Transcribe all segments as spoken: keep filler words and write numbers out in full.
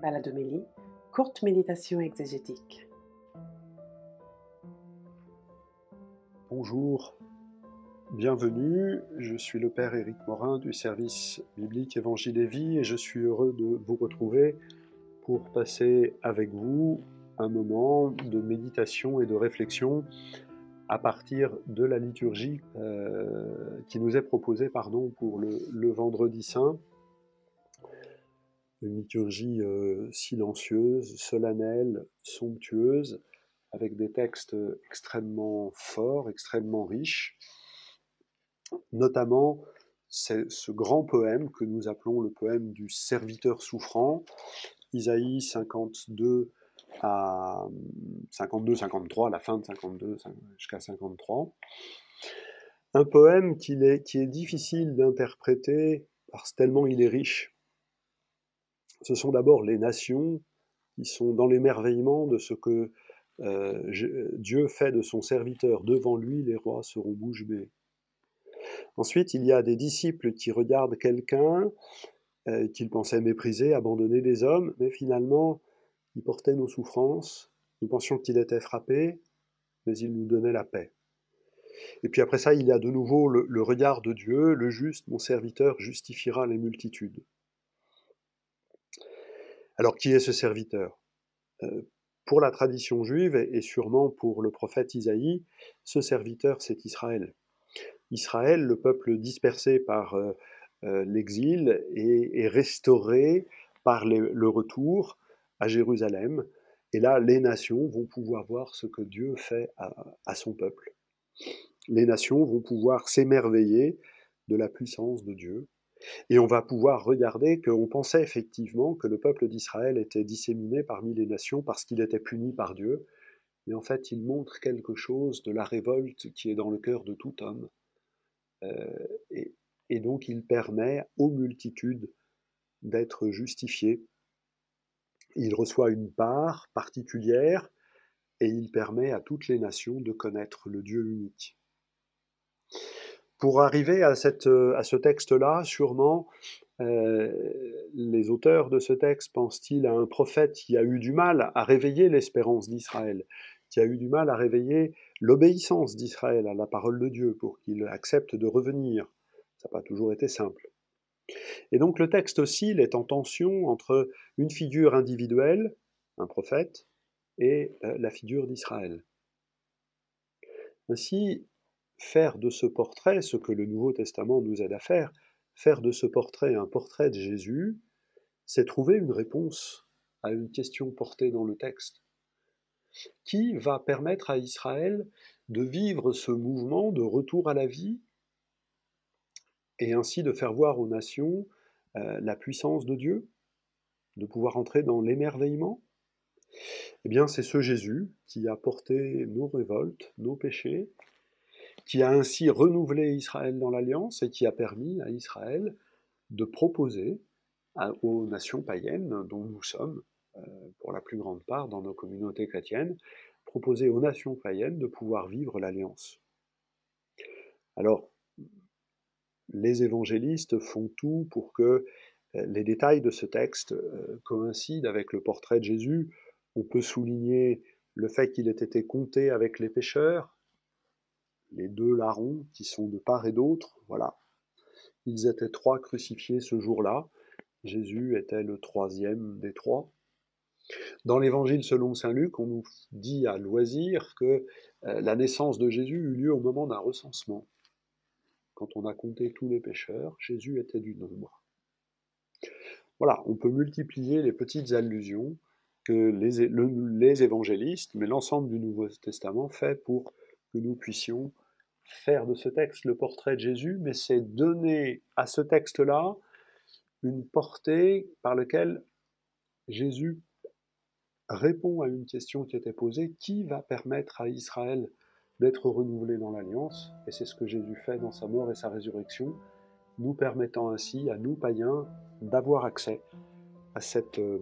Baladomélie, courte méditation exégétique. Bonjour, bienvenue, je suis le Père Éric Morin du service biblique Évangile et Vie et je suis heureux de vous retrouver pour passer avec vous un moment de méditation et de réflexion à partir de la liturgie euh, qui nous est proposée pardon, pour le, le Vendredi Saint. Une liturgie euh, silencieuse, solennelle, somptueuse, avec des textes extrêmement forts, extrêmement riches, notamment c'est ce grand poème que nous appelons le poème du serviteur souffrant, Isaïe cinquante-deux à cinquante-deux cinquante-trois, à la fin de cinquante-deux jusqu'à cinquante-trois. Un poème qui est, qui est difficile d'interpréter parce tellement il est riche. Ce sont d'abord les nations qui sont dans l'émerveillement de ce que euh, je, Dieu fait de son serviteur. Devant lui, les rois seront bouche bée. Ensuite, il y a des disciples qui regardent quelqu'un euh, qu'ils pensaient mépriser, abandonner des hommes, mais finalement, il portait nos souffrances, nous pensions qu'il était frappé, mais il nous donnait la paix. Et puis après ça, il y a de nouveau le, le regard de Dieu, le juste, mon serviteur, justifiera les multitudes. Alors, qui est ce serviteur ? euh, Pour la tradition juive, et sûrement pour le prophète Isaïe, ce serviteur, c'est Israël. Israël, le peuple dispersé par euh, euh, l'exil, est, est restauré par les, le retour à Jérusalem. Et là, les nations vont pouvoir voir ce que Dieu fait à, à son peuple. Les nations vont pouvoir s'émerveiller de la puissance de Dieu. Et on va pouvoir regarder qu'on pensait effectivement que le peuple d'Israël était disséminé parmi les nations parce qu'il était puni par Dieu. Mais en fait, il montre quelque chose de la révolte qui est dans le cœur de tout homme. Euh, et, et donc il permet aux multitudes d'être justifiées. Il reçoit une part particulière et il permet à toutes les nations de connaître le Dieu unique. Pour arriver à, cette, à ce texte-là, sûrement, euh, les auteurs de ce texte pensent-ils à un prophète qui a eu du mal à réveiller l'espérance d'Israël, qui a eu du mal à réveiller l'obéissance d'Israël à la parole de Dieu pour qu'il accepte de revenir. Ça n'a pas toujours été simple. Et donc le texte oscille, est en tension entre une figure individuelle, un prophète, et euh, la figure d'Israël. Ainsi, faire de ce portrait, ce que le Nouveau Testament nous aide à faire, faire de ce portrait un portrait de Jésus, c'est trouver une réponse à une question portée dans le texte, qui va permettre à Israël de vivre ce mouvement de retour à la vie, et ainsi de faire voir aux nations euh, la puissance de Dieu, de pouvoir entrer dans l'émerveillement. Eh bien, c'est ce Jésus qui a porté nos révoltes, nos péchés, qui a ainsi renouvelé Israël dans l'Alliance et qui a permis à Israël de proposer à, aux nations païennes, dont nous sommes, euh, pour la plus grande part dans nos communautés chrétiennes, proposer aux nations païennes de pouvoir vivre l'Alliance. Alors, les évangélistes font tout pour que les détails de ce texte coïncident avec le portrait de Jésus. On peut souligner le fait qu'il ait été compté avec les pécheurs, les deux larrons qui sont de part et d'autre, voilà. Ils étaient trois crucifiés ce jour-là. Jésus était le troisième des trois. Dans l'évangile selon saint Luc, on nous dit à loisir que la naissance de Jésus eut lieu au moment d'un recensement. Quand on a compté tous les pécheurs, Jésus était du nombre. Voilà, on peut multiplier les petites allusions que les, le, les évangélistes, mais l'ensemble du Nouveau Testament fait pour que nous puissions faire de ce texte le portrait de Jésus, mais c'est donner à ce texte-là une portée par laquelle Jésus répond à une question qui était posée, qui va permettre à Israël d'être renouvelé dans l'Alliance? Et c'est ce que Jésus fait dans sa mort et sa résurrection, nous permettant ainsi à nous païens d'avoir accès à cette, euh,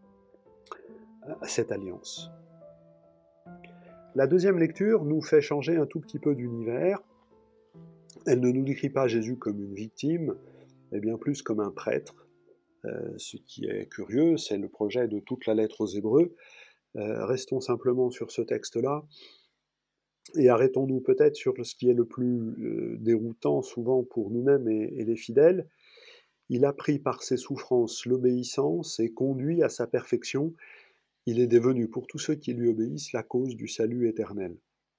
à cette alliance. La deuxième lecture nous fait changer un tout petit peu d'univers. Elle ne nous décrit pas Jésus comme une victime, mais bien plus comme un prêtre, Euh, ce qui est curieux, c'est le projet de toute la lettre aux Hébreux. Euh, restons simplement sur ce texte-là, et arrêtons-nous peut-être sur ce qui est le plus euh, déroutant souvent pour nous-mêmes et, et les fidèles. Il a pris par ses souffrances l'obéissance et conduit à sa perfection. Il est devenu pour tous ceux qui lui obéissent la cause du salut éternel.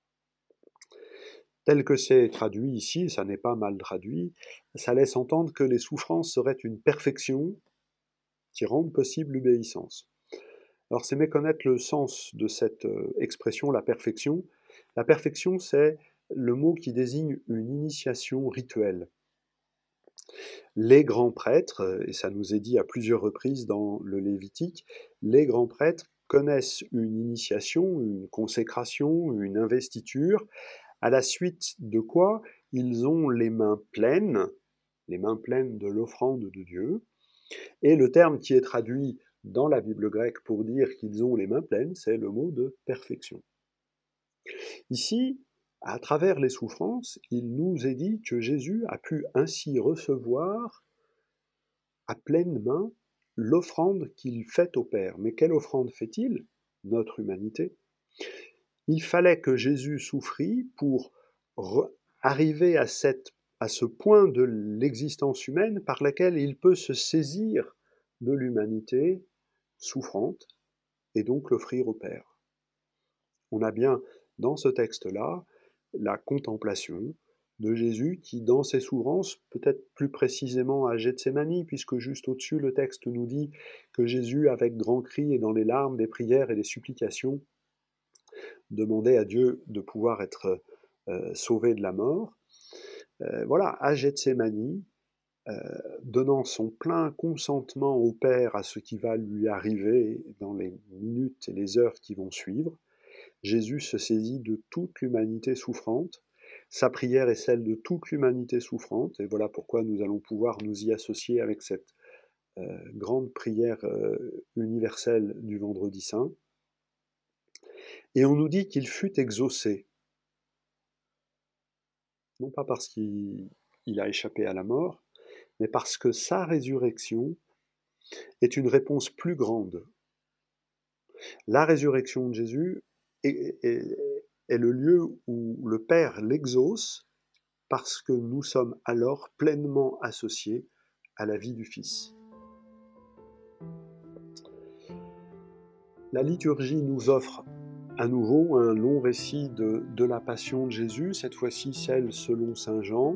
Tel que c'est traduit ici, ça n'est pas mal traduit, ça laisse entendre que les souffrances seraient une perfection qui rende possible l'obéissance. Alors c'est méconnaître le sens de cette euh, expression, la perfection. La perfection, c'est le mot qui désigne une initiation rituelle. Les grands prêtres, et ça nous est dit à plusieurs reprises dans le Lévitique, les grands prêtres connaissent une initiation, une consécration, une investiture, à la suite de quoi ils ont les mains pleines, les mains pleines de l'offrande de Dieu, et le terme qui est traduit dans la Bible grecque pour dire qu'ils ont les mains pleines, c'est le mot de perfection. Ici, à travers les souffrances, il nous est dit que Jésus a pu ainsi recevoir à pleine main l'offrande qu'il fait au Père. Mais quelle offrande fait-il? Notre humanité. Il fallait que Jésus souffrit pour arriver à, cette, à ce point de l'existence humaine par laquelle il peut se saisir de l'humanité souffrante et donc l'offrir au Père. On a bien dans ce texte-là la contemplation de Jésus qui, dans ses souffrances, peut-être plus précisément à Gethsémani, puisque juste au-dessus, le texte nous dit que Jésus, avec grands cris et dans les larmes, des prières et des supplications, demandait à Dieu de pouvoir être euh, sauvé de la mort. Euh, voilà, à Gethsémani, euh, donnant son plein consentement au Père à ce qui va lui arriver dans les minutes et les heures qui vont suivre, Jésus se saisit de toute l'humanité souffrante. Sa prière est celle de toute l'humanité souffrante, et voilà pourquoi nous allons pouvoir nous y associer avec cette euh, grande prière euh, universelle du Vendredi Saint. Et on nous dit qu'il fut exaucé, non pas parce qu'il a échappé à la mort, mais parce que sa résurrection est une réponse plus grande. La résurrection de Jésus est, est, est le lieu où le Père l'exauce, parce que nous sommes alors pleinement associés à la vie du Fils. La liturgie nous offre à nouveau un long récit de, de la passion de Jésus, cette fois-ci celle selon saint Jean,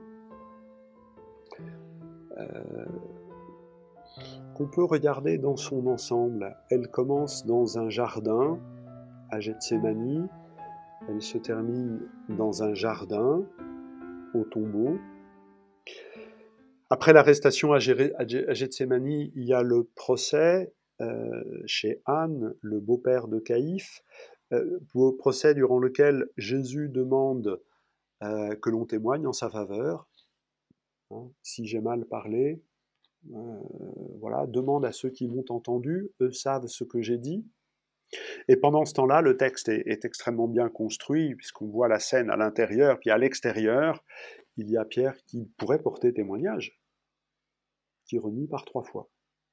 euh, qu'on peut regarder dans son ensemble. Elle commence dans un jardin à Gethsémani, elle se termine dans un jardin au tombeau. Après l'arrestation à Gethsémani, il y a le procès euh, chez Anne, le beau-père de Caïphe, euh, procès durant lequel Jésus demande euh, que l'on témoigne en sa faveur. Hein, si j'ai mal parlé, euh, voilà, demande à ceux qui m'ont entendu, eux savent ce que j'ai dit. Et pendant ce temps-là, le texte est, est extrêmement bien construit, puisqu'on voit la scène à l'intérieur, puis à l'extérieur, il y a Pierre qui pourrait porter témoignage, qui renie par trois fois.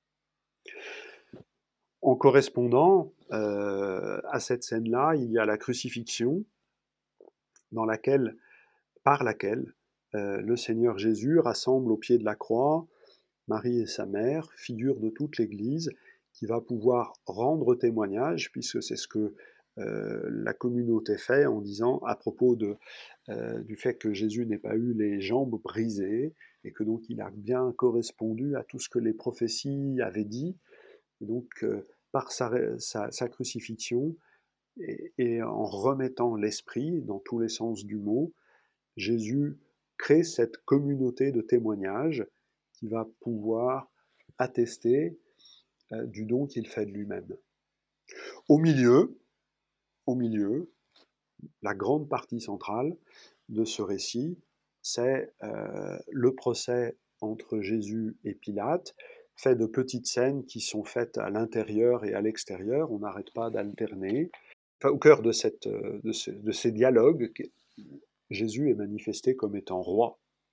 En correspondant euh, à cette scène-là, il y a la crucifixion, dans laquelle, par laquelle euh, le Seigneur Jésus rassemble au pied de la croix Marie et sa mère, figure de toute l'Église, qui va pouvoir rendre témoignage, puisque c'est ce que euh, la communauté fait en disant à propos de, euh, du fait que Jésus n'ait pas eu les jambes brisées, et que donc il a bien correspondu à tout ce que les prophéties avaient dit. Et donc, euh, par sa, sa, sa crucifixion, et, et en remettant l'esprit dans tous les sens du mot, Jésus crée cette communauté de témoignages qui va pouvoir attester euh, du don qu'il fait de lui-même. Au milieu, au milieu, la grande partie centrale de ce récit, c'est euh, le procès entre Jésus et Pilate, fait de petites scènes qui sont faites à l'intérieur et à l'extérieur. On n'arrête pas d'alterner. Enfin, au cœur de, cette, de, ce, de ces dialogues, Jésus est manifesté comme étant roi.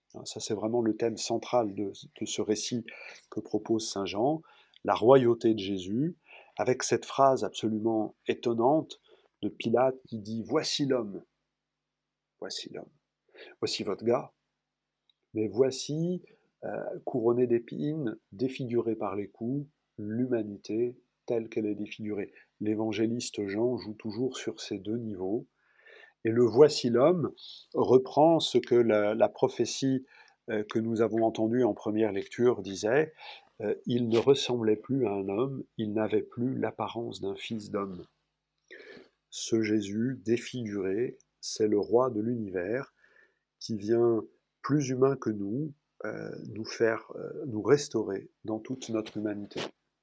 Ça, c'est vraiment le thème central de, de ce récit que propose saint Jean, la royauté de Jésus, avec cette phrase absolument étonnante de Pilate qui dit « Voici l'homme, voici l'homme, voici votre gars, mais voici, euh, couronné d'épines, défiguré par les coups, l'humanité telle qu'elle est défigurée. » L'évangéliste Jean joue toujours sur ces deux niveaux. Et le voici l'homme reprend ce que la, la prophétie euh, que nous avons entendue en première lecture disait. Euh, il ne ressemblait plus à un homme, il n'avait plus l'apparence d'un fils d'homme. Ce Jésus défiguré, c'est le roi de l'univers qui vient plus humain que nous, euh, nous faire, euh, nous restaurer dans toute notre humanité.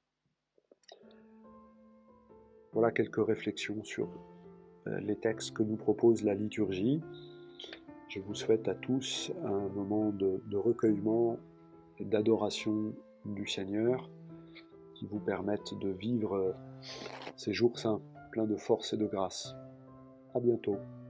Voilà quelques réflexions sur euh, les textes que nous propose la liturgie. Je vous souhaite à tous un moment de, de recueillement et d'adoration du Seigneur qui vous permettent de vivre ces jours saints pleins de force et de grâce. À bientôt.